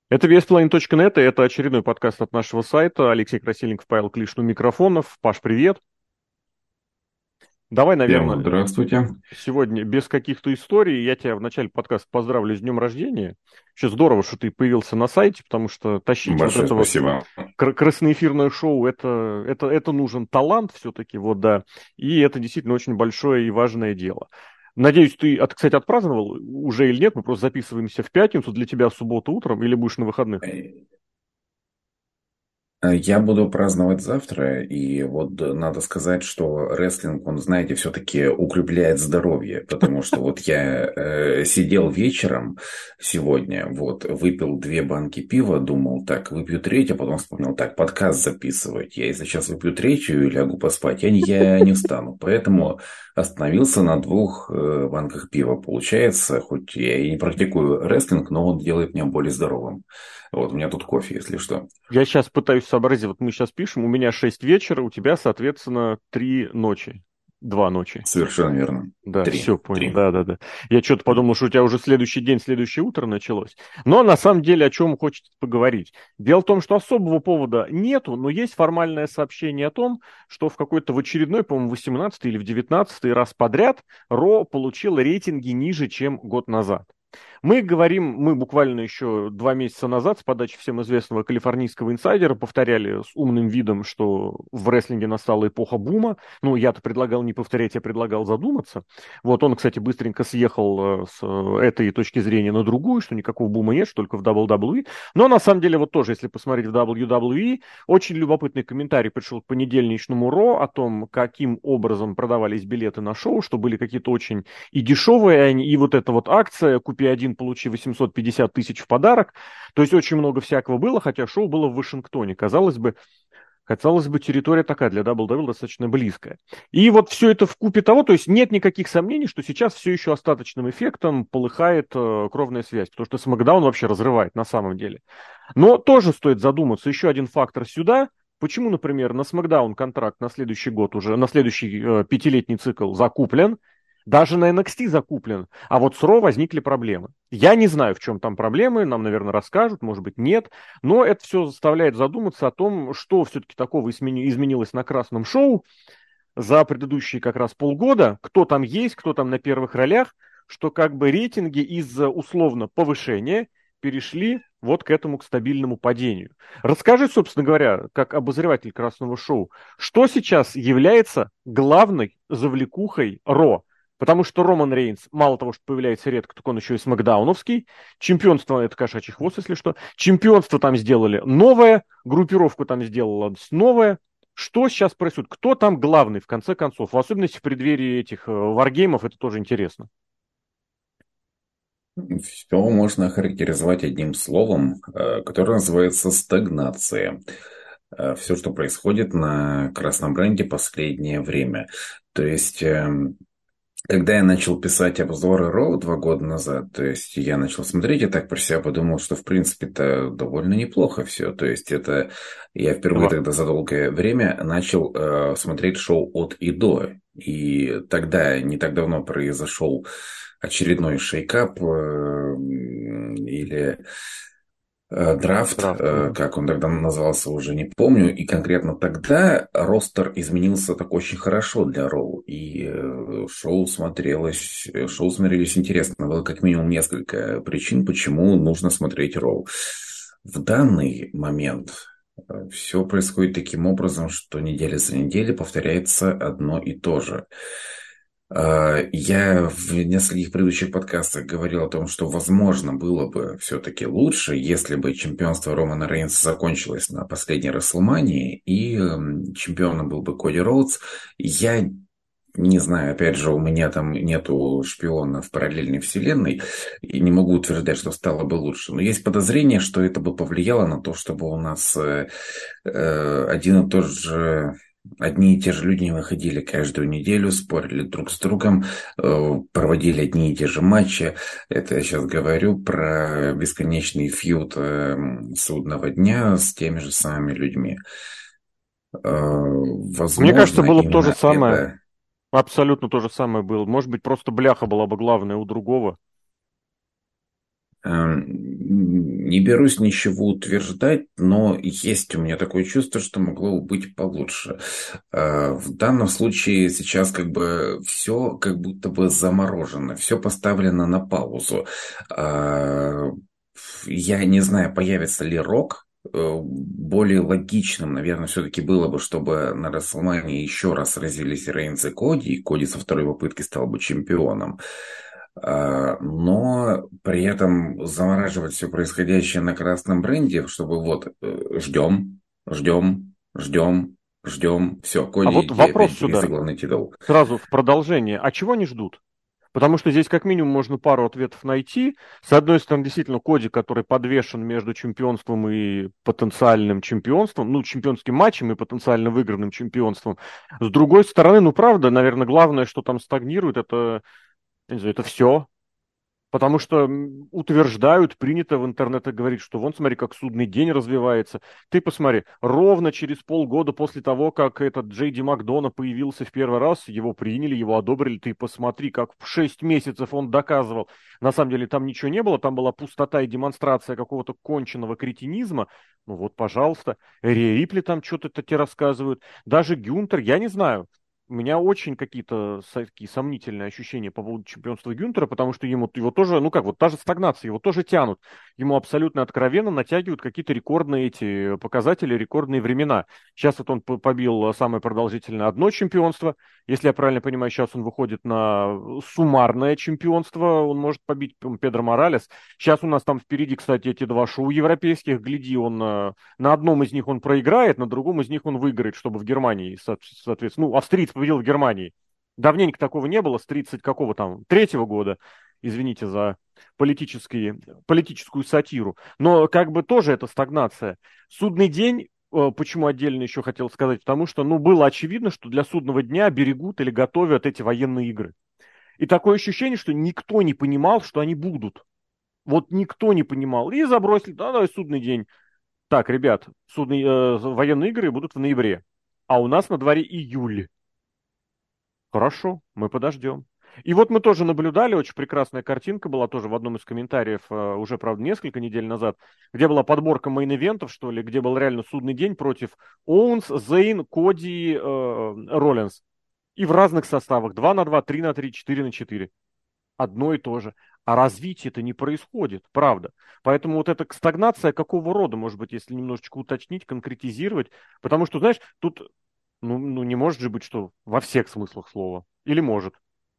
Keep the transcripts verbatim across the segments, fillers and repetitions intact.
Это ви эс планет точка нет, и это очередной подкаст от нашего сайта. Алексей Красильников, Павел Клишин у микрофонов. Паш, привет. Давай, Всем наверное, здравствуйте. сегодня без каких-то историй. Я тебя в начале подкаста поздравлю с днем рождения. Еще здорово, что ты появился на сайте, потому что тащить вот Большое это вот спасибо. кр- красноэфирное шоу, это, это, это нужен талант все-таки, вот да. И это действительно очень большое и важное дело. Надеюсь, ты, от, кстати, отпраздновал уже или нет? Мы просто записываемся в пятницу, для тебя суббота утром или будешь на выходных? Э, Я буду праздновать завтра, и вот э, надо сказать, что рестлинг, он, знаете, все-таки укрепляет здоровье, потому что вот я э, сидел вечером сегодня, вот, выпил две банки пива, думал, так, выпью третью, потом вспомнил, так, подкаст записывать, я если сейчас выпью третью и лягу поспать, я не, я не встану, поэтому остановился на двух э, банках пива, получается, хоть я и не практикую рестлинг, но он делает меня более здоровым. Вот, у меня тут кофе, если что. Я сейчас пытаюсь сообразить, вот мы сейчас пишем, у меня шесть вечера, у тебя, соответственно, три ночи, два ночи. Совершенно верно. Да, Три. все понял, Три. да, да, да. Я что-то подумал, что у тебя уже следующий день, следующее утро началось. Но на самом деле о чем хочется поговорить. Дело в том, что особого повода нету, но есть формальное сообщение о том, что в какой-то в очередной, по-моему, восемнадцатый или в девятнадцатый раз подряд Ро получил рейтинги ниже, чем год назад. Мы говорим, мы буквально еще два месяца назад с подачи всем известного калифорнийского инсайдера повторяли с умным видом, что в рестлинге настала эпоха бума. Ну, я-то предлагал не повторять, я предлагал задуматься. Вот он, кстати, быстренько съехал э, с э, этой точки зрения на другую, что никакого бума нет, что только в дабл ю дабл ю и. Но на самом деле, вот тоже, если посмотреть в дабл ю дабл ю и, очень любопытный комментарий пришел к понедельничному Ро о том, каким образом продавались билеты на шоу, что были какие-то очень и дешевые они, и вот эта вот акция «Купи один, получи восемьсот пятьдесят тысяч в подарок». То есть очень много всякого было, хотя шоу было в Вашингтоне. Казалось бы, Казалось бы, территория такая для дабл ю дабл ю и достаточно близкая. И вот все это вкупе того, то есть нет никаких сомнений, что сейчас все еще остаточным эффектом полыхает э, кровная связь, потому что Смакдаун вообще разрывает на самом деле. Но тоже стоит задуматься, еще один фактор сюда. Почему, например, на Смакдаун контракт на следующий год уже, на следующий э, пятилетний цикл закуплен, даже на эн экс ти закуплен, а вот с Ро возникли проблемы. Я не знаю, в чем там проблемы, нам, наверное, расскажут, может быть, нет, но это все заставляет задуматься о том, что все-таки такого измени- изменилось на красном шоу за предыдущие как раз полгода, кто там есть, кто там на первых ролях, что как бы рейтинги из-за условно повышения перешли вот к этому, к стабильному падению. Расскажи, собственно говоря, как обозреватель красного шоу, что сейчас является главной завлекухой Ро? Потому что Роман Рейнс, мало того, что появляется редко, так он еще и смакдауновский. Чемпионство, это кошачий хвост, если что. Чемпионство там сделали новое, группировку там сделала новое. Что сейчас происходит? Кто там главный, в конце концов? В особенности в преддверии этих э, варгеймов, это тоже интересно. Все можно характеризовать одним словом, э, которое называется стагнация. Все, что происходит на красном бренде последнее время. То есть, эм, когда я начал писать обзоры Роу два года назад, то есть я начал смотреть и так про себя подумал, что в принципе-то довольно неплохо все. То есть это я впервые Два. тогда за долгое время начал э, смотреть шоу от и до. И тогда, не так давно произошел очередной шейкап э, или э, драфт, Драфт. э, Мгм. как он тогда назывался, уже не помню. И конкретно тогда ростер изменился так очень хорошо для Роу. И э, шоу смотрелось, э, шоу смотрелись интересно. Было как минимум несколько причин, почему нужно смотреть Роу. В данный момент все происходит таким образом, что неделя за неделей повторяется одно и то же. А, Я в нескольких предыдущих подкастах говорил о том, что, возможно, было бы все-таки лучше, если бы чемпионство Романа Рейнса закончилось на последней Расселмании, и эм, чемпионом был бы Коди Роудс. Я не знаю, опять же, у меня там нету шпиона в параллельной вселенной, и не могу утверждать, что стало бы лучше. Но есть подозрение, что это бы повлияло на то, чтобы у нас э, э, один и тот же одни и те же люди не выходили каждую неделю, спорили друг с другом, э, проводили одни и те же матчи. Это я сейчас говорю про бесконечный фьюд э, судного дня с теми же самыми людьми. Э, Мне кажется, Возможно, было бы то же именно самое. это. Абсолютно то же самое было. Может быть, просто бляха была бы главная у другого. Эм, Не берусь ничего утверждать, но есть у меня такое чувство, что могло бы быть получше. Э, В данном случае сейчас как бы все как будто бы заморожено, все поставлено на паузу. Э, Я не знаю, появится ли Рок. Э, Более логичным, наверное, все-таки было бы, чтобы на Расселмании еще раз сразились Рейнс и Коди, и Коди со второй попытки стал бы чемпионом. А, но при этом замораживать все происходящее на красном бренде, чтобы вот э, ждем, ждем, ждем, ждем, все, А Коди, вот иди опять вопрос бери за сюда, главный титул. сразу в продолжение. А чего они ждут? Потому что здесь как минимум можно пару ответов найти. С одной стороны, действительно, Коди, который подвешен между чемпионством и потенциальным чемпионством, ну, чемпионским матчем и потенциально выигранным чемпионством. С другой стороны, ну, правда, наверное, главное, что там стагнирует, это, я не знаю, это все. Потому что м, утверждают, принято в интернете говорить, что вон, смотри, как судный день развивается. Ты посмотри, ровно через полгода после того, как этот Джей Ди Макдона появился в первый раз, его приняли, его одобрили. Ты посмотри, как в шесть месяцев он доказывал. На самом деле там ничего не было, там была пустота и демонстрация какого-то конченного кретинизма. Ну вот, пожалуйста, Рия Рипли там что-то тебе рассказывают. Даже Гюнтер, я не знаю. У меня очень какие-то со- такие сомнительные ощущения по поводу чемпионства Гюнтера, потому что ему его тоже, ну как, вот та же стагнация, его тоже тянут. Ему абсолютно откровенно натягивают какие-то рекордные эти показатели, рекордные времена. Сейчас вот он п- побил самое продолжительное одно чемпионство. Если я правильно понимаю, сейчас он выходит на суммарное чемпионство. Он может побить по-моему, Педро Моралес. Сейчас у нас там впереди, кстати, эти два шоу европейских. Гляди, он э, на одном из них он проиграет, на другом из них он выиграет, чтобы в Германии, со- соответственно, ну, австриец победил в Германии. Давненько такого не было, с тридцать какого там, третьего года, извините за политические, политическую сатиру. Но как бы тоже это стагнация. Судный день, э, почему отдельно еще хотел сказать, потому что, ну, было очевидно, что для судного дня берегут или готовят эти военные игры. И такое ощущение, что никто не понимал, что они будут. Вот никто не понимал. И забросили, да, давай судный день. Так, ребят, судные, э, военные игры будут в ноябре, а у нас на дворе июль. Хорошо, мы подождем. И вот мы тоже наблюдали, очень прекрасная картинка была тоже в одном из комментариев, э, уже, правда, несколько недель назад, где была подборка мейн-ивентов, что ли, где был реально судный день против Оуэнс, Зейн, Коди, э, Роллинс. И в разных составах. два на два, три на три, четыре на четыре. Одно и то же. А развитие это не происходит, правда. Поэтому вот эта стагнация какого рода, может быть, если немножечко уточнить, конкретизировать. Потому что, знаешь, тут ну, ну не может же быть, что во всех смыслах слова. Или может.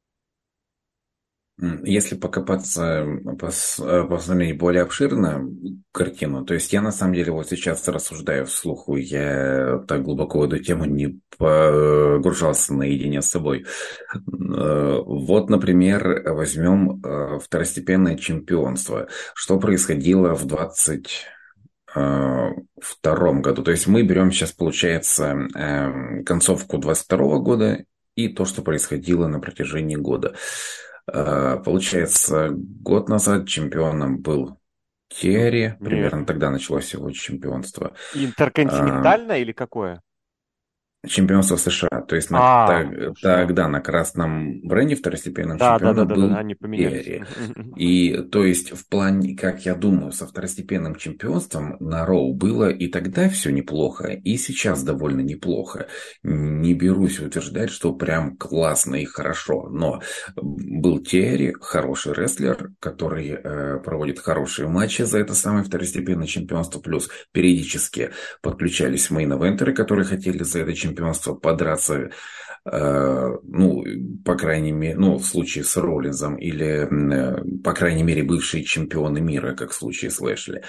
М, Если покопаться, пос- э, посмотреть более обширно картину, то есть я на самом деле вот сейчас рассуждаю вслух, я так глубоко в эту тему не погружался наедине с собой. Э, Вот, например, возьмем э, второстепенное чемпионство. Что происходило в двадцать э, втором году? То есть мы берем сейчас, получается, э, концовку двадцать второго года и то, что происходило на протяжении года. Э, Получается, год назад чемпионом был Терри, Нет. примерно тогда началось его чемпионство. Э, Интерконтинентальное или какое? Чемпионство США. То есть на, А, так- США. тогда на красном бренде второстепенным Да, да, да, чемпионом да, да, был они поменялись. Керри. И то есть в плане, как я думаю, со второстепенным чемпионством на Роу было и тогда все неплохо, и сейчас довольно неплохо. Не берусь утверждать, что прям классно и хорошо, но был Терри, хороший рестлер, который э, проводит хорошие матчи за это самое второстепенное чемпионство, плюс периодически подключались мейн-эвентеры, которые хотели за это чемпионство подраться, э, ну, по крайней мере, ну, в случае с Роллинзом, или, э, по крайней мере, бывшие чемпионы мира, как в случае с Лэшли.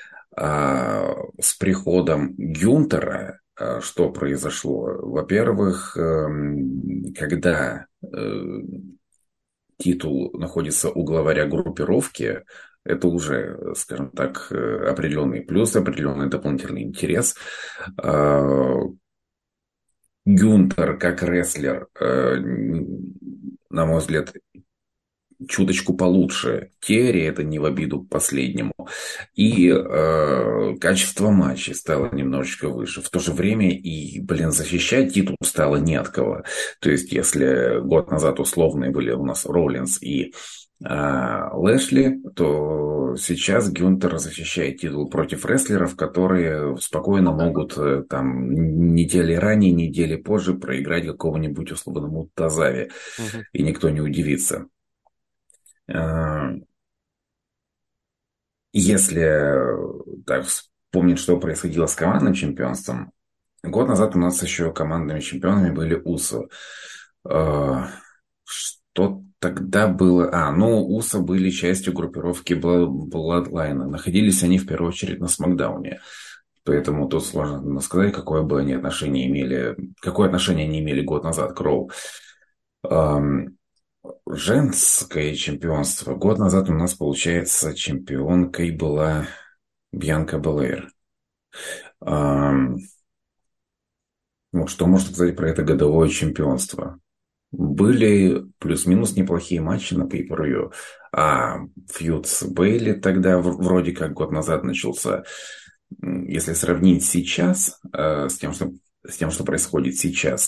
А с приходом Гюнтера э, что произошло? Во-первых, эм, когда э, титул находится у главаря группировки, это уже, скажем так, э, определенный плюс, определенный дополнительный интерес. А, Гюнтер как рестлер, э, на мой взгляд, чуточку получше. Терри, это не в обиду последнему. И э, качество матчей стало немножечко выше. В то же время и, блин, защищать титул стало не от кого. То есть, если год назад условные были у нас Роллинс и а, Лэшли, то сейчас Гюнтер защищает титул против рестлеров, которые спокойно могут э, там недели ранее, недели позже проиграть какого-нибудь условному Тазаве, Мгм. и никто не удивится. А, Если э, так вспомнить, что происходило с командным чемпионством, год назад у нас еще командными чемпионами были Усо. Э, Что тогда было? А, ну, Усо были частью группировки Бла- Bloodline. Находились они в первую очередь на Смакдауне. Поэтому тут сложно сказать, какое бы они отношение имели, какое отношение они имели год назад к Роу. Ам, Женское чемпионство. Год назад у нас, получается, чемпионкой была Бьянка Белэйр. Ам, Ну, что можно сказать про это годовое чемпионство? Были плюс-минус неплохие матчи на pay-per-view. А фьюд с Бейли тогда в- вроде как год назад начался. М, Если сравнить сейчас э, с тем, что, с тем, что происходит сейчас,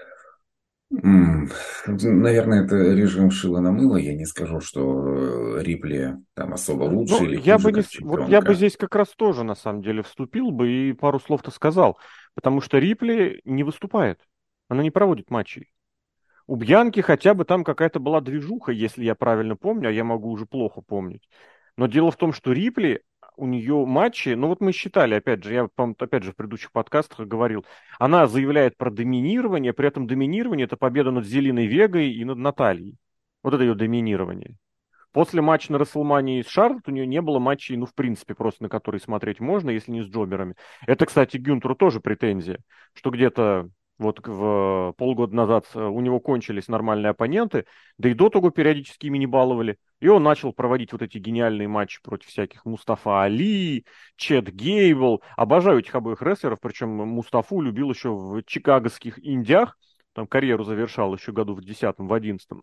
м, наверное, это режим шила на мыло. Я не скажу, что э, Рипли там особо лучше Ну, или я хуже бы не... как с- Вот я бы чемпионка. здесь как раз тоже, на самом деле, вступил бы и пару слов-то сказал. Потому что Рипли не выступает. Она не проводит матчей. У Бьянки хотя бы там какая-то была движуха, если я правильно помню, а я могу уже плохо помнить. Но дело в том, что Рипли, у нее матчи, ну вот мы считали, опять же, я, по опять же, в предыдущих подкастах говорил, она заявляет про доминирование, при этом доминирование — это победа над Зелиной Вегой и над Натальей. Вот это ее доминирование. После матча на Расселмании с Шарлотт у нее не было матчей, ну, в принципе, просто на которые смотреть можно, если не с джоберами. Это, кстати, Гюнтеру тоже претензия, что где-то вот в полгода назад э, у него кончились нормальные оппоненты, да и до того периодически ими не баловали. И он начал проводить вот эти гениальные матчи против всяких Мустафа Али, Чет Гейбл. Обожаю этих обоих рестлеров, причем Мустафу любил еще в чикагских Индиях, там карьеру завершал еще году в десятом, в одиннадцатом.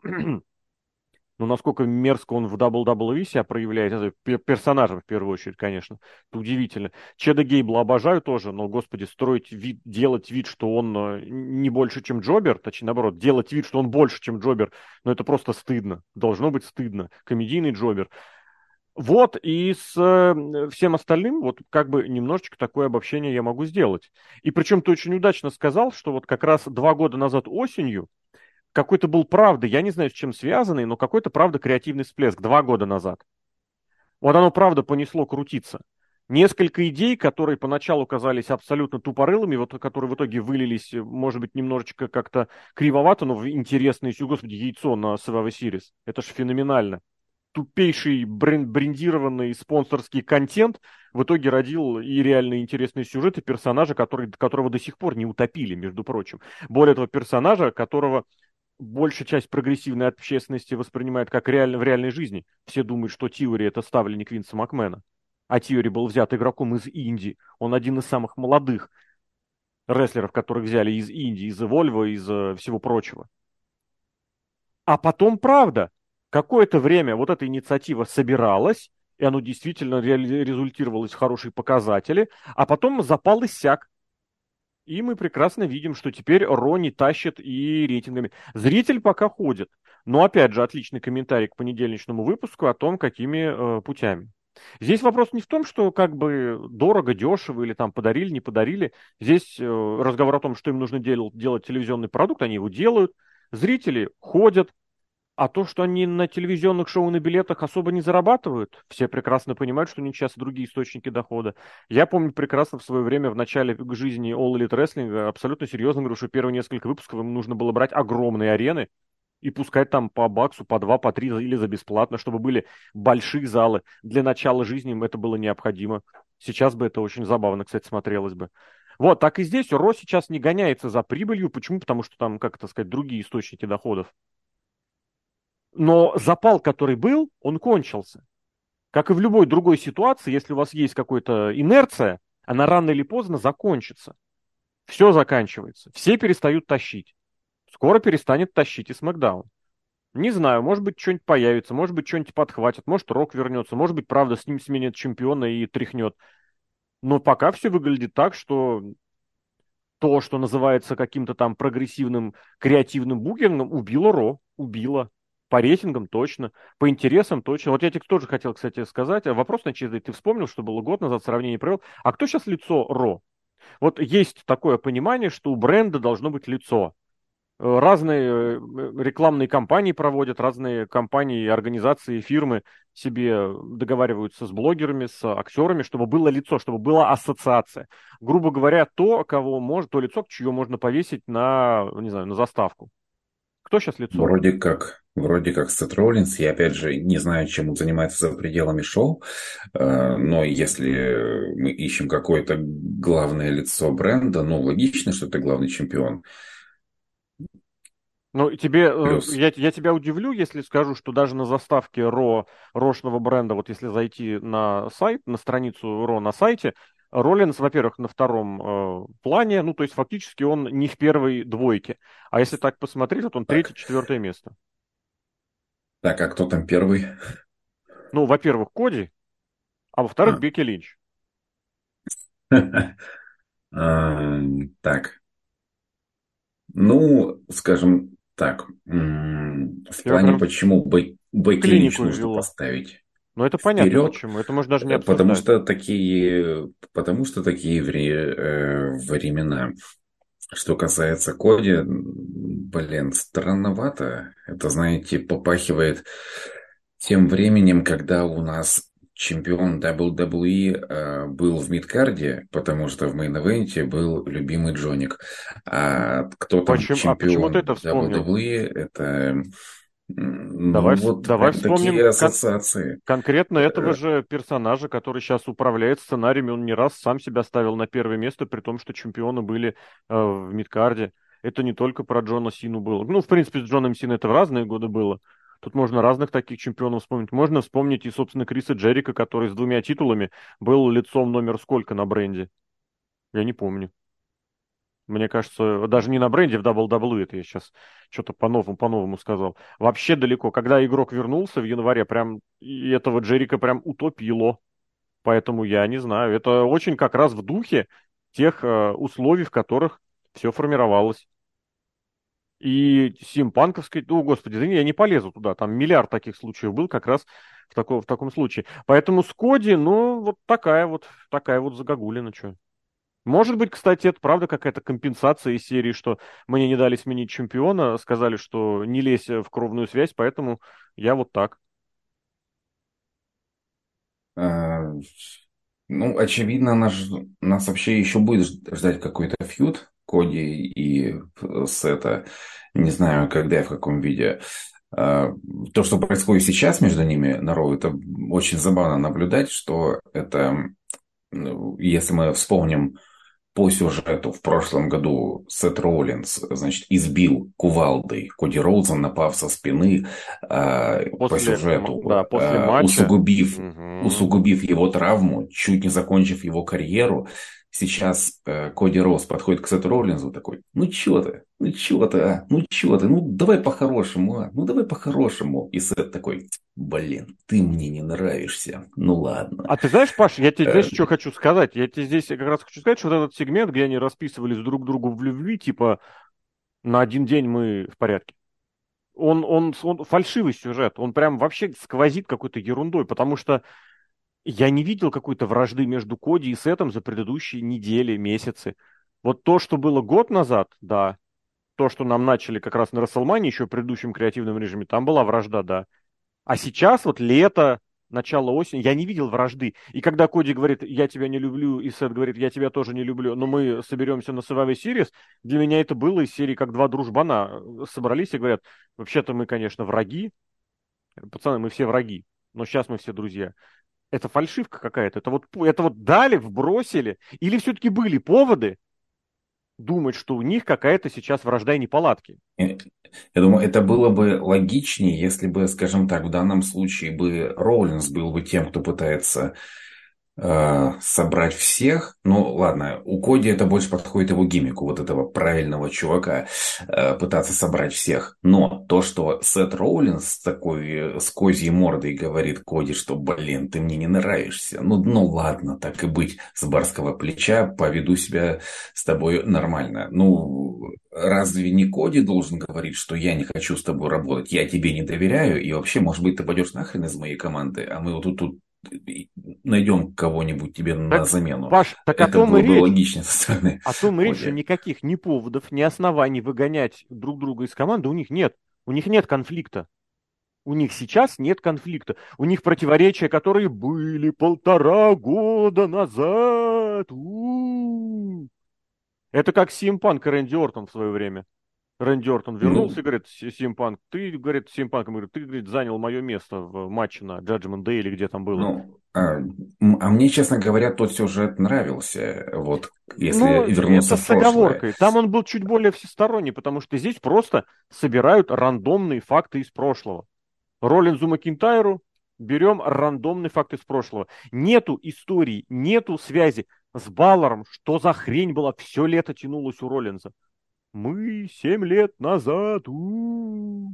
Но насколько мерзко он в дабл ю дабл ю и себя проявляет, это пе- персонажем в первую очередь, конечно, это удивительно. Чеда Гейбла обожаю тоже, но, господи, строить вид, делать вид, что он э, не больше, чем Джобер, точнее, наоборот, делать вид, что он больше, чем Джобер, ну, это просто стыдно, должно быть стыдно. Комедийный Джобер. Вот, и с э, всем остальным, вот как бы немножечко такое обобщение я могу сделать. И причем ты очень удачно сказал, что вот как раз два года назад осенью какой-то был, правда, я не знаю, с чем связанный, но какой-то, правда, креативный всплеск два года назад. Вот оно, правда, понесло крутиться. Несколько идей, которые поначалу казались абсолютно тупорылыми, вот, которые в итоге вылились, э, может быть, немножечко как-то кривовато, но в интересное, господи, яйцо на Survivor Series. Это ж феноменально. Тупейший брен- брендированный спонсорский контент в итоге родил и реально интересные сюжеты персонажа, который, которого до сих пор не утопили, между прочим. Более того, персонажа, которого большая часть прогрессивной общественности воспринимает как реально в реальной жизни. Все думают, что Тиори — это ставленник Винса Макмена. А Тиори был взят игроком из Индии. Он один из самых молодых рестлеров, которых взяли из Индии, из Evolve, из э, всего прочего. А потом, правда, какое-то время вот эта инициатива собиралась, и оно действительно реали- результировалось в хорошие показатели, а потом запал иссяк. И мы прекрасно видим, что теперь Рони тащит и рейтингами. Зритель пока ходит. Но опять же, отличный комментарий к понедельничному выпуску о том, какими э, путями. Здесь вопрос не в том, что как бы дорого, дешево или там подарили, не подарили. Здесь э, разговор о том, что им нужно дел- делать телевизионный продукт, они его делают. Зрители ходят, а то, что они на телевизионных шоу на билетах особо не зарабатывают, все прекрасно понимают, что у них сейчас другие источники дохода. Я помню прекрасно в свое время в начале жизни All Elite Wrestling абсолютно серьезно говорю, что первые несколько выпусков им нужно было брать огромные арены и пускать там по баксу, по два, по три или за бесплатно, чтобы были большие залы. Для начала жизни им это было необходимо. Сейчас бы это очень забавно, кстати, смотрелось бы. Вот, так и здесь Ро сейчас не гоняется за прибылью. Почему? Потому что там, как это сказать, другие источники доходов. Но запал, который был, он кончился. Как и в любой другой ситуации, если у вас есть какая-то инерция, она рано или поздно закончится. Все заканчивается. Все перестают тащить. Скоро перестанет тащить и Смакдаун. Не знаю, может быть, что-нибудь появится, может быть, что-нибудь подхватит, может, Рок вернется, может быть, правда, с ним сменят чемпиона и тряхнет. Но пока все выглядит так, что то, что называется каким-то там прогрессивным, креативным букингом, убило Ро, убило. По рейтингам точно, по интересам точно. Вот я тебе тоже хотел, кстати, сказать. а Вопрос на честь, ты вспомнил, что было год назад, сравнение провел. А кто сейчас лицо Ро? Вот есть такое понимание, что у бренда должно быть лицо. Э, Разные э, рекламные кампании проводят, разные компании, организации, фирмы себе договариваются с блогерами, с актерами, чтобы было лицо, чтобы была ассоциация. Грубо говоря, то, кого может, то лицо, чье можно повесить на, не знаю, на заставку. Кто сейчас лицо? Вроде как, вроде как Сет Роллинс, я опять же не знаю, чем он занимается за пределами шоу, э, но если мы ищем какое-то главное лицо бренда, ну, логично, что это главный чемпион. Ну, и тебе, э, Плюс, я, я тебя удивлю, если скажу, что даже на заставке Ро, Рошного бренда, вот если зайти на сайт, на страницу Ро на сайте, Роллинс, во-первых, на втором э, плане, ну, то есть фактически он не в первой двойке. А если так посмотреть, вот он третье, так, четвертое место. так, а кто там первый? Ну, во-первых, Коди, а во-вторых, А. Бекки Линч. Ам, Так, ну, скажем так, м, в Тебя плане, прям в почему Бей- в Бекки Линч клинику нужно ввело. поставить Но это понятно вперед, почему, это можно даже не э, потому обсуждать. что такие, потому что такие вре- э, времена. Что касается Коди, м, блин, странновато. Это, знаете, попахивает тем временем, когда у нас чемпион дабл ю дабл ю и э, был в мидкарде, потому что в мейн-эвенте был любимый Джоник. А кто там Почему, а почему ты чемпион это вспомнил? дабл ю дабл ю и, это, м, ну Давай, вс- вот давай прям вспомним такие кон- ассоциации. конкретно этого Э, же персонажа, который сейчас управляет сценариями, он не раз сам себя ставил на первое место, при том, что чемпионы были э, в мидкарде. Это не только про Джона Сину было. Ну, в принципе, с Джоном Синой это в разные годы было. Тут можно разных таких чемпионов вспомнить. Можно вспомнить и, собственно, Криса Джерика, который с двумя титулами был лицом номер сколько на бренде? Я не помню. Мне кажется, даже не на бренде в дабл ю дабл ю и, это я сейчас что-то по-новому, по-новому сказал. Вообще далеко. Когда игрок вернулся в январе, прям и этого Джерика прям утопило. Поэтому я не знаю. Это очень как раз в духе тех э, условий, в которых все формировалось. И симпанковской, ну, господи, извини, я не полезу туда. Там миллиард таких случаев был как раз в, тако, в таком случае. Поэтому с Коди, ну, вот такая вот, такая вот загогулина, что. Может быть, кстати, это правда какая-то компенсация из серии, что мне не дали сменить чемпиона, сказали, что не лезь в кровную связь, поэтому я вот так. а, Ну, очевидно, нас, ж- нас вообще еще будет ж- ждать какой-то фьюд Коди и э, Сета. Не знаю, когда и в каком виде. А, То, что происходит сейчас между ними на Роу, это очень забавно наблюдать, что это, ну, если мы вспомним по сюжету в прошлом году Сет Роллинс, значит, избил кувалдой Коди Роуза, напав со спины, а, по После, м- да, сюжету, после а, матча. усугубив, Мгм. усугубив его травму, чуть не закончив его карьеру. Сейчас э, Коди Роуз подходит к Сету Роллинзу такой: ну чё ты, ну чё ты, а? Ну чё ты, ну давай по-хорошему, а? Ну давай по-хорошему. И Сет такой: блин, ты мне не нравишься, ну ладно. А ты знаешь, Паш, я тебе, знаешь, Э, что хочу сказать? Я тебе здесь как раз хочу сказать, что вот этот сегмент, где они расписывались друг другу в любви, типа, на один день мы в порядке. Он, он, он фальшивый сюжет, он прям вообще сквозит какой-то ерундой, потому что я не видел какой-то вражды между Коди и Сетом за предыдущие недели, месяцы. Вот то, что было год назад, да, то, что нам начали как раз на Расселмане, еще в предыдущем креативном режиме, там была вражда, да. А сейчас вот лето, начало осени, я не видел вражды. И когда Коди говорит, я тебя не люблю, и Сет говорит, я тебя тоже не люблю, но мы соберемся на Survivor Series, для меня это было из серии как два дружбана собрались и говорят, вообще-то мы, конечно, враги, пацаны, мы все враги, но сейчас мы все друзья. Это фальшивка какая-то. Это вот, это вот дали, вбросили. Или все-таки были поводы думать, что у них какая-то сейчас вражда и неполадки. Я думаю, это было бы логичнее, если бы, скажем так, в данном случае бы Роулинс был бы тем, кто пытается э, собрать всех. Ну, ладно, у Коди это больше подходит его гиммику, вот этого правильного чувака, э, пытаться собрать всех. Но то, что Сет Роулинс с такой, э, с козьей мордой говорит Коди, что, блин, ты мне не нравишься. Ну, ну ладно, так и быть, с барского плеча поведу себя с тобой нормально. Ну, разве не Коди должен говорить, что я не хочу с тобой работать, я тебе не доверяю, и вообще, может быть, ты пойдешь нахрен из моей команды, а мы вот тут, тут найдем кого-нибудь тебе на Так, замену. Паш, так о Это том и было бы речь. логично со стороны О том и речь, что Коди. никаких ни поводов, ни оснований выгонять друг друга из команды у них нет. У них нет конфликта. У них сейчас нет конфликта. У них противоречия, которые были полтора года назад. У-у-у. Это как си эм Punk и Рэнди Ортон в свое время. Рэнди Ортон Ну, вернулся и говорит, си эм Punk, ты, говорит, си эм Punk, говорит, ты, говорит, занял мое место в матче на Judgment Day или где там было. ну, а, м- а мне, честно говоря, тот сюжет нравился. Вот, если Ну, вернуться это в с прошлое. оговоркой. Там он был чуть более всесторонний, потому что здесь просто собирают рандомные факты из прошлого. Роллинзу Макинтайру берем рандомный факт из прошлого. Нету истории, нету связи с Балларом. Что за хрень была? Все лето тянулось у Роллинза. Мы семь лет назад. У-у-у.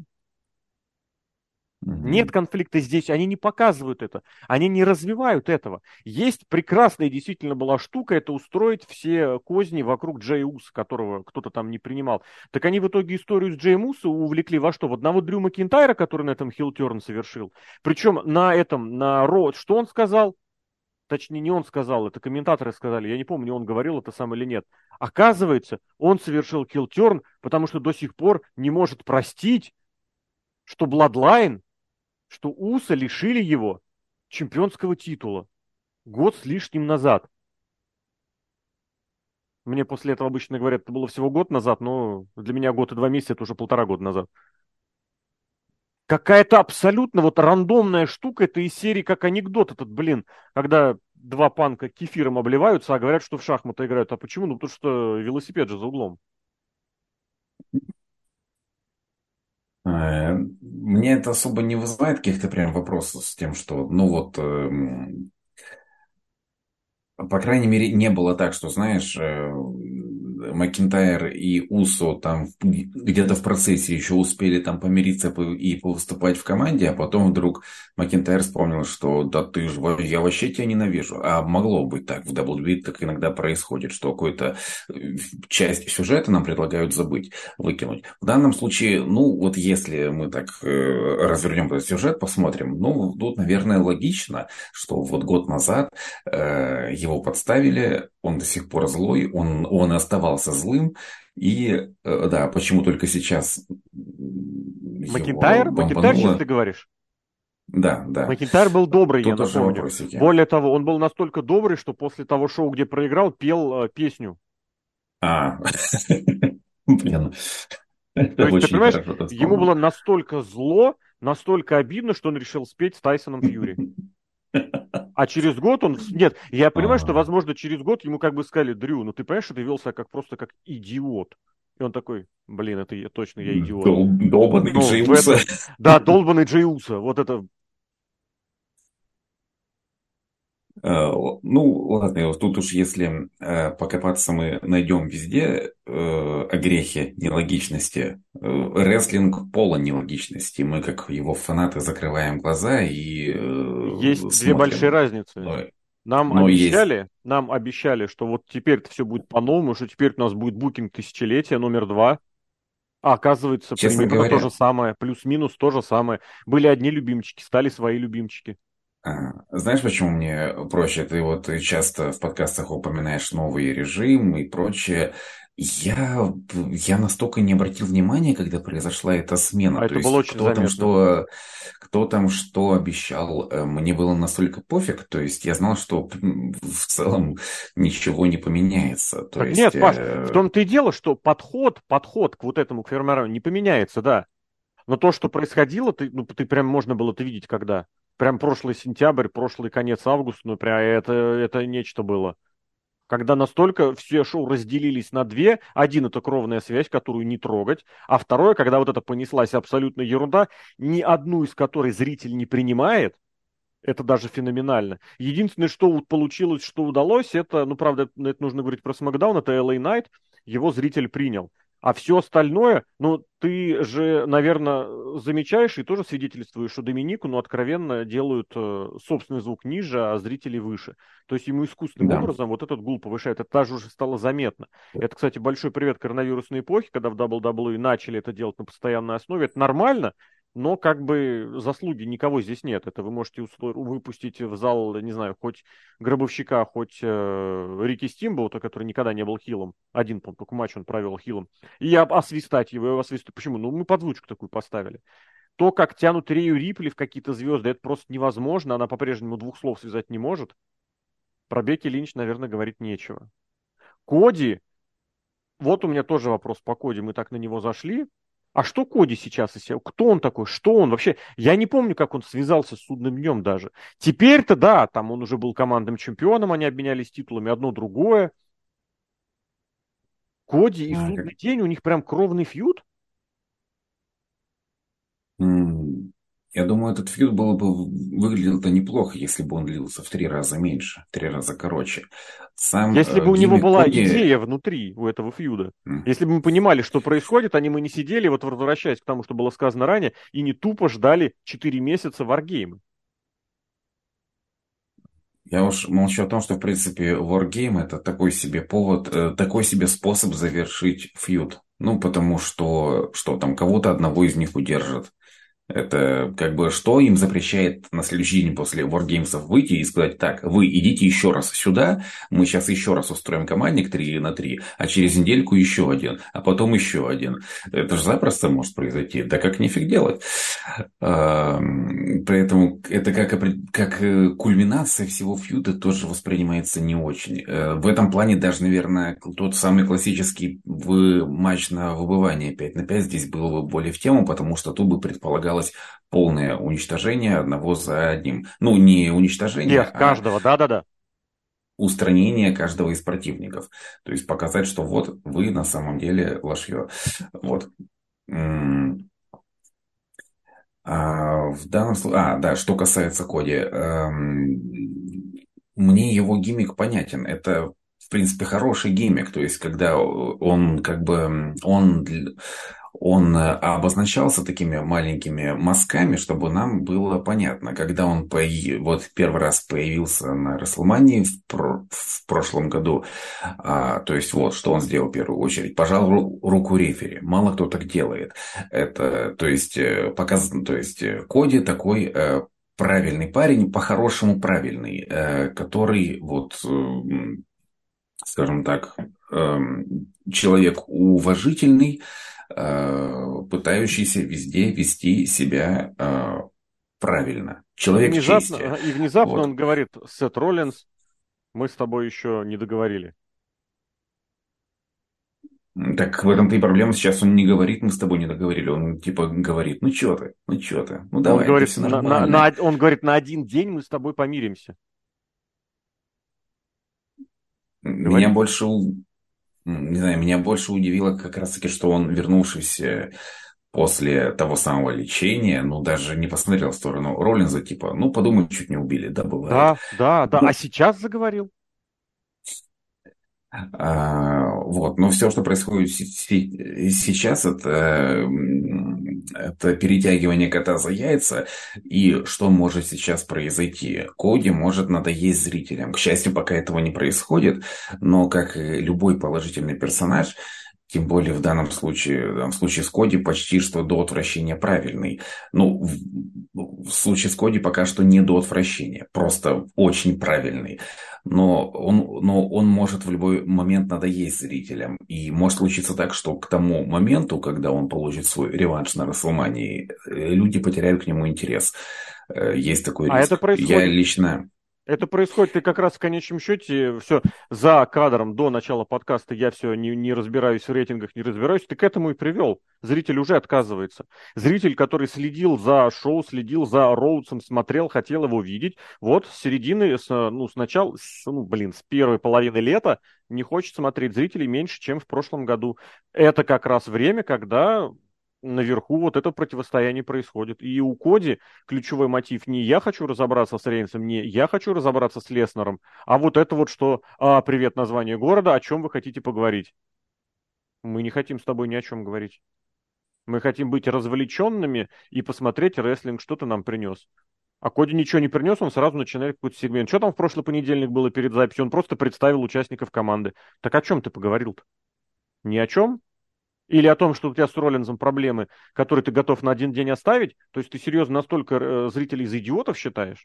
Нет Мгм. конфликта здесь, они не показывают это, они не развивают этого. Есть прекрасная действительно была штука, это устроить все козни вокруг Джей Уса, которого кто-то там не принимал. Так они в итоге историю с Джеем Уса увлекли во что? В одного Дрю Макинтайра, который на этом хилтерн совершил. Причем на этом, на Ро, что он сказал? Точнее, не он сказал, это комментаторы сказали, я не помню, он говорил это сам или нет. Оказывается, он совершил хилтерн, потому что до сих пор не может простить, что Bloodline, что Уса лишили его чемпионского титула год с лишним назад. Мне после этого обычно говорят, это было всего год назад, но для меня год и два месяца это уже полтора года назад. Какая-то абсолютно вот рандомная штука, это из серии как анекдот этот, блин, когда два панка кефиром обливаются, а говорят, что в шахматы играют. А почему? Ну, потому что велосипед же за углом. Э, Мне это особо не вызывает каких-то прям вопросов с тем, что, ну вот, эм, по крайней мере, не было так, что, знаешь, э, Макинтайр и Усо там где-то в процессе еще успели там помириться и повыступать в команде, а потом вдруг Макинтайр вспомнил, что да ты же, я вообще тебя ненавижу. А могло быть так, в дабл ю дабл ю и так иногда происходит, что какую-то э, часть сюжета нам предлагают забыть, выкинуть. В данном случае, ну вот если мы так э, развернем этот сюжет, посмотрим, ну тут, наверное, логично, что вот год назад э, его подставили, он до сих пор злой, он, он и оставался злым, и э, да, почему только сейчас его Макинтайр? Макинтайр сейчас бомбануло, ты говоришь? да, да, Макинтайр был добрый, я тут тоже напомню. вопросики. Более того, он был настолько добрый, что после того шоу, где проиграл, пел э, песню. А, блин, это То есть, ты очень понимаешь, хорошо ты ему вспомнил. было настолько зло, настолько обидно, что он решил спеть с Тайсоном Фьюри. А через год он... Нет, я понимаю, что, А, возможно, через год ему как бы сказали, Дрю, ну ты понимаешь, что ты вел себя как просто как идиот. И он такой, блин, это я, точно я идиот. дол- долбанный Ну, в Джеймса. этом... Да, долбанный Джей Усо. Вот это... Э, Ну, ладно, вот тут уж если э, покопаться, мы найдем везде э, огрехи нелогичности. Э, Рестлинг полон нелогичности. Мы, как его фанаты, закрываем глаза и Есть э, две большие смотрим. разницы. Но, Нам но есть... обещали, нам обещали, что вот теперь все будет по-новому, что теперь у нас будет букинг тысячелетия номер два. А оказывается, Честно примерно то же говоря, самое, плюс-минус то же самое. Были одни любимчики, стали свои любимчики. а, знаешь, почему мне проще? Ты вот часто в подкастах упоминаешь новый режим и прочее. Я, я настолько не обратил внимания, когда произошла эта смена. А То это было есть, очень кто там заметно. что, кто там что обещал, э, мне было настолько пофиг. То есть, я знал, что м, в целом ничего не поменяется. То Так есть, нет, Паш, в э, том-то и дело, что подход, подход к вот этому, к формированию не поменяется, да. Но то, что происходило, ты, ну, ты прям можно было это видеть, когда. Прям прошлый сентябрь, прошлый конец августа, ну, прям это, это нечто было. Когда настолько все шоу разделились на две. Один — это кровная связь, которую не трогать. А второе, когда вот это понеслась абсолютно ерунда, ни одну из которой зритель не принимает. Это даже феноменально. Единственное, что вот получилось, что удалось, это, ну, правда, это это нужно говорить про SmackDown, это эл эй Knight, его зритель принял. А все остальное, ну, ты же, наверное, замечаешь и тоже свидетельствуешь, что Доминику, ну, откровенно делают э, собственный звук ниже, а зрители выше. То есть ему искусственным Да. образом вот этот гул повышает. Это даже уже стало заметно. Это, кстати, большой привет коронавирусной эпохе, когда в дабл ю дабл ю и начали это делать на постоянной основе. Это нормально, но как бы заслуги никого здесь нет. Это вы можете усло- выпустить в зал, не знаю, хоть Гробовщика, хоть э, Рики Стимбоута, который никогда не был хилом. Один, по-моему, только матч он провел хилом. И об- освистать его, освистать. Почему? Ну, мы подзвучку такую поставили. То, как тянут Рею Рипли в какие-то звезды, это просто невозможно. Она по-прежнему двух слов связать не может. Про Бекки Линч, наверное, говорить нечего. Коди, вот у меня тоже вопрос по Коди. Мы так на него зашли. А что Коди сейчас из себя? Кто он такой? Что он вообще? Я не помню, как он связался с судным днем даже. Теперь-то да, там он уже был командным чемпионом, они обменялись титулами одно другое. Коди и А, как- судный день, у них прям кровный фьюд? м, Я думаю, этот фьюд было бы выглядел-то неплохо, если бы он длился в три раза меньше, в три раза короче. Сам Если бы э, у него гиммик была Коди. идея внутри у этого фьюда. м, Если бы мы понимали, что происходит, они мы не сидели, вот возвращаясь к тому, что было сказано ранее, и не тупо ждали четыре месяца варгейма. Я уж молчу о том, что, в принципе, Wargame это такой себе повод, э, такой себе способ завершить фьюд. Ну, потому что, что там, кого-то одного из них удержат. Это как бы что им запрещает на следующий день после Wargames выйти и сказать: так, вы идите еще раз сюда, мы сейчас еще раз устроим командник три на три, а через недельку еще один, а потом еще один. Это же запросто может произойти. Да как нифиг делать. А, Поэтому это как, опре- как э, кульминация всего фьюда тоже воспринимается не очень. Э, В этом плане даже, наверное, тот самый классический в- матч на выбывание пять на пять здесь был бы более в тему, потому что тут бы предполагалось полное уничтожение одного за одним. Ну, не уничтожение, Всех, а каждого, да-да-да. устранение каждого из противников. То есть показать, что вот вы на самом деле лошье. Вот. М, А, в данном случае, а, да, что касается Коди, эм, мне его гиммик понятен. Это, в принципе, хороший гиммик. То есть, когда он как бы он, дл- он э, обозначался такими маленькими мазками, чтобы нам было понятно. Когда он появ- вот первый раз появился на Расселмании в, про- в прошлом году, а, то есть вот, что он сделал в первую очередь. Пожал ру- руку рефери. Мало кто так делает. Это, то есть, э, показано, то есть, э, Коди такой э, правильный парень, по-хорошему правильный, э, который вот, э, м, скажем так, эм, человек уважительный, э, пытающийся везде вести себя э, правильно. И Человек чести. внезапно, и внезапно Вот. он говорит: Сет Роллинс, мы с тобой еще не договорили. Так в этом-то и проблема. Сейчас он не говорит: мы с тобой не договорили. Он типа говорит: ну что ты, ну что ты, ну Он давай, это говорит, все на, на, на нормально. од- он говорит, на один день мы с тобой помиримся. Меня Говорит. больше, у- не знаю, меня больше удивило как раз-таки, что он, вернувшись э, после того самого лечения, ну, даже не посмотрел в сторону Роллинза, типа, ну, подумай, чуть не убили, да, бывает. Да, да, да. А Ну, сейчас заговорил. а, вот, но все, что происходит се- се- сейчас, это, м, это перетягивание кота за яйца, и что может сейчас произойти? Коди может надоесть зрителям. К счастью, пока этого не происходит, но как и любой положительный персонаж, тем более в данном случае, в данном случае с Коди почти что до отвращения правильный. Ну, в, в случае с Коди пока что не до отвращения, просто очень правильный. Но он, но он может в любой момент надоесть зрителям. И может случиться так, что к тому моменту, когда он получит свой реванш на Расселмании, э, люди потеряют к нему интерес. Э, Есть такой А это риск. Я происходит лично... Это происходит, и как раз в конечном счете, все за кадром до начала подкаста я все не, не разбираюсь в рейтингах, не разбираюсь, ты к этому и привел. Зритель уже отказывается. Зритель, который следил за шоу, следил за Роудсом, смотрел, хотел его видеть, вот с середины, с, ну, сначала, с, ну, блин, с первой половины лета не хочет смотреть зрителей меньше, чем в прошлом году. Это как раз время, когда наверху вот это противостояние происходит. И у Коди ключевой мотив не «я хочу разобраться с Рейнсом», не «я хочу разобраться с Леснером», а вот это вот что а, «привет, название города, о чем вы хотите поговорить?» Мы не хотим с тобой ни о чем говорить. Мы хотим быть развлеченными и посмотреть рестлинг, что ты нам принес. А Коди ничего не принес, он сразу начинает какой-то сегмент. Что там в прошлый понедельник было перед записью? Он просто представил участников команды. Так о чем ты поговорил-то? Ни о чем? Или о том, что у тебя с Роллинзом проблемы, которые ты готов на один день оставить? То есть ты серьезно настолько э, зрителей за идиотов считаешь?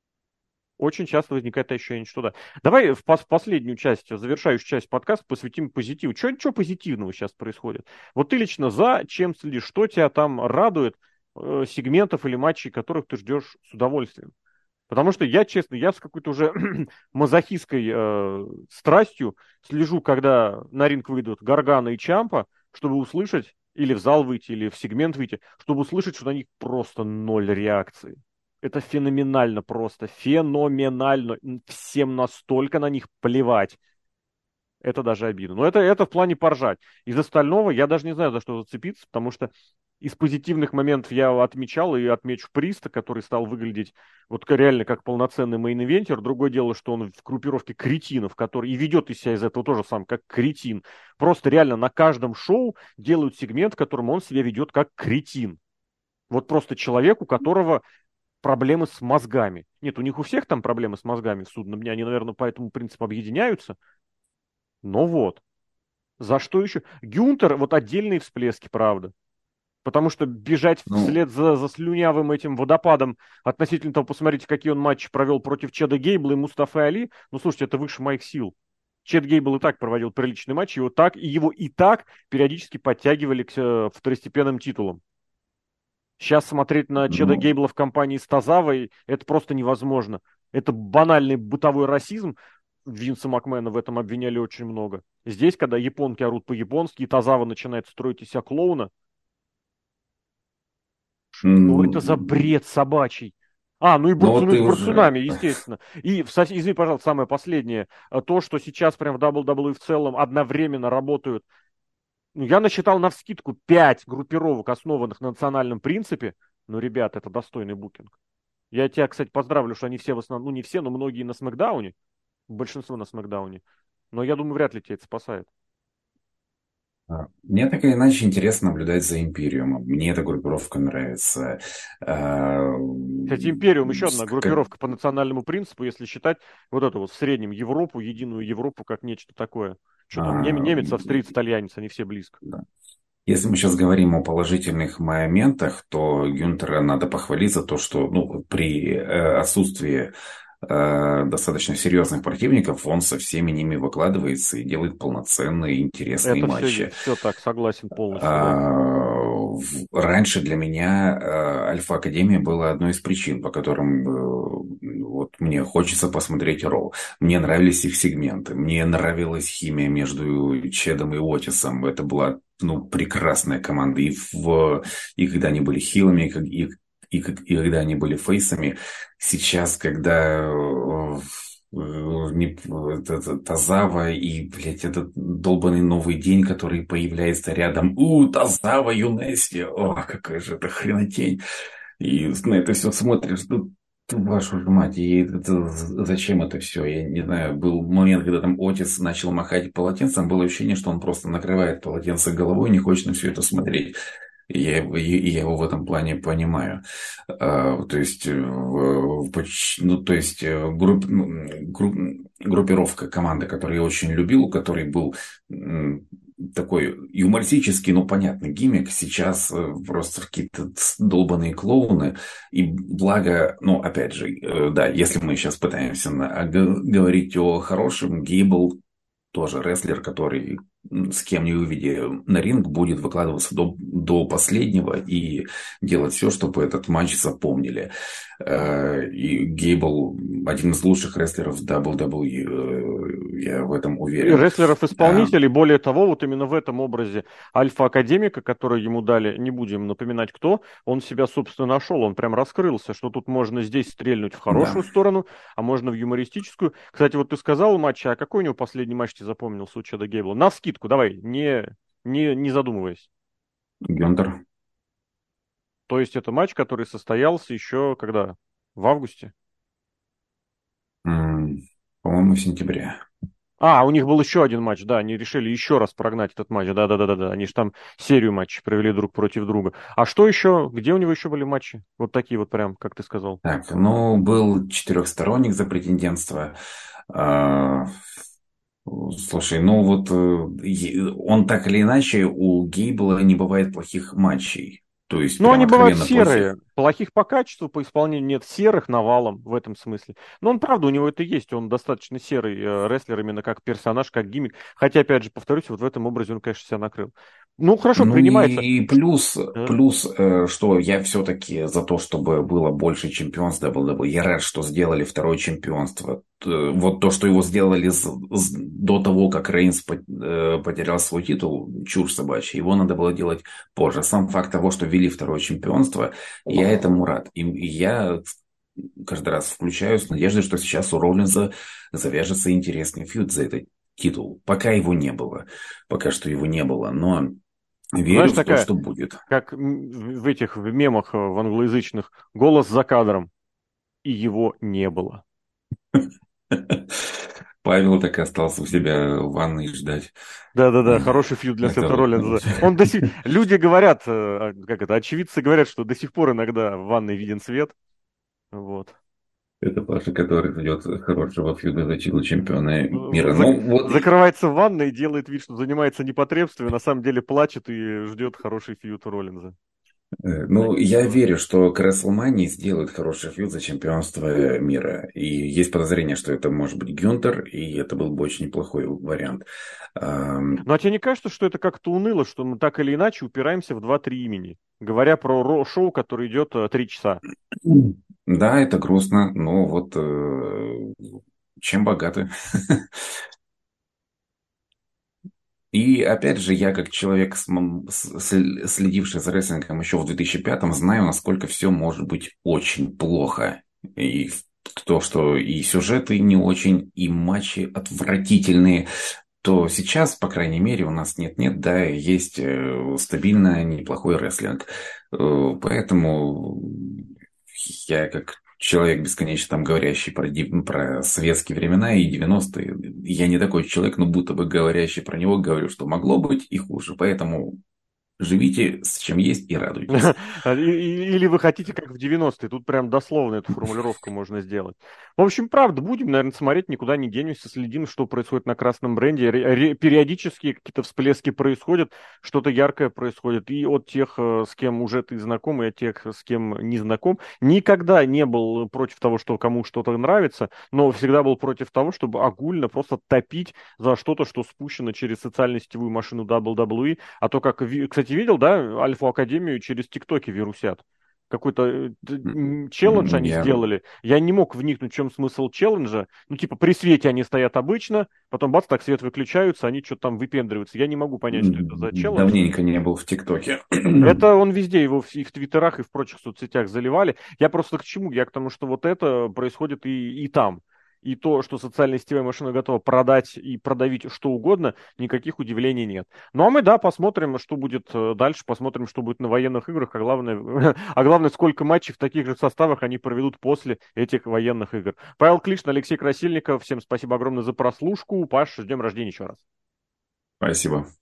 Очень часто возникает ощущение, что да. Давай в, пос- в последнюю часть, завершающую часть подкаста посвятим позитиву. Что, что позитивного сейчас происходит? Вот ты лично за чем следишь? Что тебя там радует, э, сегментов или матчей, которых ты ждешь с удовольствием? Потому что я, честно, я с какой-то уже мазохистской э, страстью слежу, когда на ринг выйдут Гаргана и Чампа, чтобы услышать, или в зал выйти, или в сегмент выйти, чтобы услышать, что на них просто ноль реакции. Это феноменально просто, феноменально. Всем настолько на них плевать. Это даже обидно. Но это, это в плане поржать. Из остального я даже не знаю, за что зацепиться, потому что из позитивных моментов я отмечал и отмечу Приста, который стал выглядеть вот реально как полноценный мейн-ивентер. Другое дело, что он в группировке кретинов, который и ведет из себя из этого тоже сам как кретин. Просто реально на каждом шоу делают сегмент, в котором он себя ведет как кретин. Вот просто человек, у которого проблемы с мозгами. Нет, у них у всех там проблемы с мозгами в судном дне. Они, наверное, по этому принципу объединяются. Но вот. За что еще? Гюнтер, вот отдельные всплески, правда. Потому что бежать Ну, вслед за, за слюнявым этим водопадом относительно того, посмотрите, какие он матчи провел против Чеда Гейбла и Мустафы Али. Ну, слушайте, это выше моих сил. Чед Гейбл и так проводил приличный матч, его так, и его и так периодически подтягивали к э, второстепенным титулам. Сейчас смотреть на Чеда ну, Гейбла в компании с Тазавой, это просто невозможно. Это банальный бытовой расизм. Винса Макмена в этом обвиняли очень много. Здесь, когда японки орут по-японски, и Тазава начинает строить из себя клоуна, что это за м, бред собачий? А, ну и ну вот Бурцуну ты с уже... Бурцунами, естественно. И, в со- извини, пожалуйста, самое последнее. А То, что сейчас прям в дабл ю дабл ю и в целом одновременно работают. Ну, я насчитал навскидку пять группировок, основанных на национальном принципе. Ну, ребят, это достойный букинг. Я тебя, кстати, поздравлю, что они все в основном, ну не все, но многие на Смакдауне, большинство на Смакдауне. Но я думаю, вряд ли тебя это спасает. А, Мне так или иначе интересно наблюдать за Империумом. Мне эта группировка нравится. А, Кстати, Империум еще с- одна как- группировка по национальному принципу, если считать вот эту вот в среднем Европу, единую Европу, как нечто такое. Что там, нем- а, немец, австриец, итальянец, они все близко. да. Если мы сейчас говорим о положительных моментах, то Гюнтера надо похвалить за то, что ну, при э, отсутствии э, достаточно серьезных противников он со всеми ними выкладывается и делает полноценные интересные Это все, матчи. все так, согласен полностью, да. А, в- Раньше для меня э, Альфа Академия была одной из причин, по которым э, вот мне хочется посмотреть Роу. Мне нравились их сегменты, мне нравилась химия между Чедом и Отисом. Это была ну, прекрасная команда. И, в, и когда они были хилами, и, как- и, и, как- и когда они были фейсами. Сейчас, когда э, э, не- это- это Тазава и, блядь, этот долбанный новый день, который появляется рядом. У, Тазава, Юнеси. О, какая же это хренотень. И на это все смотришь, ну, вашу ж мать, и это- зачем это все? Я не знаю, был момент, когда там Отис начал махать полотенцем, было ощущение, что он просто накрывает полотенце головой, не хочет на все это смотреть. И я, его- и я его в этом плане понимаю. А, то есть, э, в- в поч- ну, то есть э, групп, ну, групп- группировка команды, которую я очень любил, у которой был м, такой юмористический, но понятный гиммик, сейчас э, просто какие-то долбанные клоуны. И благо, ну, опять же, э, да, если мы сейчас пытаемся на- а, г- говорить о хорошем, Гейбл тоже рестлер, который м, с кем не увидя на ринг, будет выкладываться до, до последнего и делать все, чтобы этот матч запомнили. Э, И Гейбл один из лучших рестлеров дабл ю дабл ю и, э, я в этом И уверен. А, рестлеров-исполнителей, более того, вот именно в этом образе альфа-академика, который ему дали, не будем напоминать кто, он себя, собственно, нашел, он прям раскрылся, что тут можно здесь стрельнуть в Да, хорошую сторону, а можно в юмористическую. Кстати, вот ты сказал матч, а какой у него последний матч тебе запомнился у Чеда Гейбла? Навскидку, давай, не, не, не задумываясь. Гюнтер. То есть это матч, который состоялся еще когда? В августе? М, По-моему, в сентябре. А, у них был еще один матч, да, они решили еще раз прогнать этот матч, да-да-да-да, они же там серию матчей провели друг против друга. А что еще, где у него еще были матчи? Вот такие вот прям, как ты сказал. Так, ну, был четырехсторонник за претендентство. А, Слушай, ну вот э, е- он так или иначе, у Гейбла не бывает плохих матчей. То есть Ну, прям они бывают откровенно плохих. серые, плохих по качеству, по исполнению нет, серых навалом в этом смысле. Но он, правда, у него это есть, он достаточно серый э, рестлер именно как персонаж, как гиммик. Хотя, опять же, повторюсь, вот в этом образе он, конечно, себя накрыл. Ну, хорошо, Ну принимается. и плюс, Э, плюс, э, что я все-таки за то, чтобы было больше чемпионств дабл ю дабл ю и. Я рад, что сделали второе чемпионство. Т- Вот то, что его сделали с- с- до того, как Рейнс по- э, потерял свой титул, чушь собачья. Его надо было делать позже. Сам факт того, что ввели второе чемпионство, я этому рад. И и я каждый раз включаю с надеждой, что сейчас у Роллинза завяжется интересный фьюд за этот титул. Пока его не было. Пока что его не было. Но верю Знаешь, в то, такая, что будет. как м, в в этих в мемах э, в англоязычных, голос за кадром, и его не было. Павел так и остался у себя в ванной ждать. Да-да-да, хороший фьюд для Сета Этого. Роллинза. Он до сих... Люди говорят, э, а, как это, очевидцы говорят, что до сих пор иногда в ванной виден свет. Вот. Это Паша, который ждет хорошего фьюда за титул чемпиона мира. Зак- Ну, вот, Закрывается в ванной и делает вид, что занимается непотребством, на самом деле плачет и ждет хороший фьюд Роллинза. э, ну, Такие я дела. верю, что к Расселмании сделают хороший фьюд за чемпионство мира. И есть подозрение, что это может быть Гюнтер, и это был бы очень неплохой вариант. Ам, Ну, а тебе не кажется, что это как-то уныло, что мы так или иначе упираемся в два-три имени, говоря про ро- шоу, которое идет э, три часа? Да, это грустно, но вот э, чем богаты. И опять же, я как человек, с- м- с- с- следивший за рестлингом еще в две тысячи пятом, знаю, насколько все может быть очень плохо. И в- то, что и сюжеты не очень, и матчи отвратительные, то сейчас, по крайней мере, у нас нет-нет, да, есть э, стабильно неплохой рестлинг. Э, Поэтому я как человек, бесконечно там говорящий про, ди- про советские времена и девяностые, я не такой человек, но будто бы говорящий про него, говорю, что могло быть и хуже. Поэтому живите с чем есть и радуйтесь. А, и- и- Или вы хотите, как в девяностые, тут прям дословно эту формулировку можно сделать. В общем, правда, будем, наверное, смотреть, никуда не денемся, следим, что происходит на красном бренде. Ре- ре- Периодически какие-то всплески происходят, что-то яркое происходит. И от тех, э, с кем уже ты знаком, и от тех, с кем не знаком. Никогда не был против того, что кому что-то нравится, но всегда был против того, чтобы огульно просто топить за что-то, что спущено через социально-сетевую машину дабл ю дабл ю и. А то, как, ви- кстати, видел, да, Альфу Академию через ТикТоки вирусят. Какой-то э, т- м, челлендж М, они Я, сделали. Я не мог вникнуть, в чем смысл челленджа. Ну, типа, при свете они стоят обычно, потом бац, так свет выключаются, они что-то там выпендриваются. Я не могу понять, что это за м, челлендж. давненько не был в ТикТоке. Это он везде, его в- и в Твиттерах, и в прочих соцсетях заливали. Я просто к чему? Я к тому, что вот это происходит и, и там. И то, что социальная сетевая машина готова продать и продавить что угодно, никаких удивлений нет. Ну а мы, да, посмотрим, что будет э, дальше, посмотрим, что будет на военных играх, а главное, а главное, сколько матчей в таких же составах они проведут после этих военных игр. Павел Клишин, Алексей Красильников, всем спасибо огромное за прослушку. Паш, с днем рождения еще раз. Спасибо.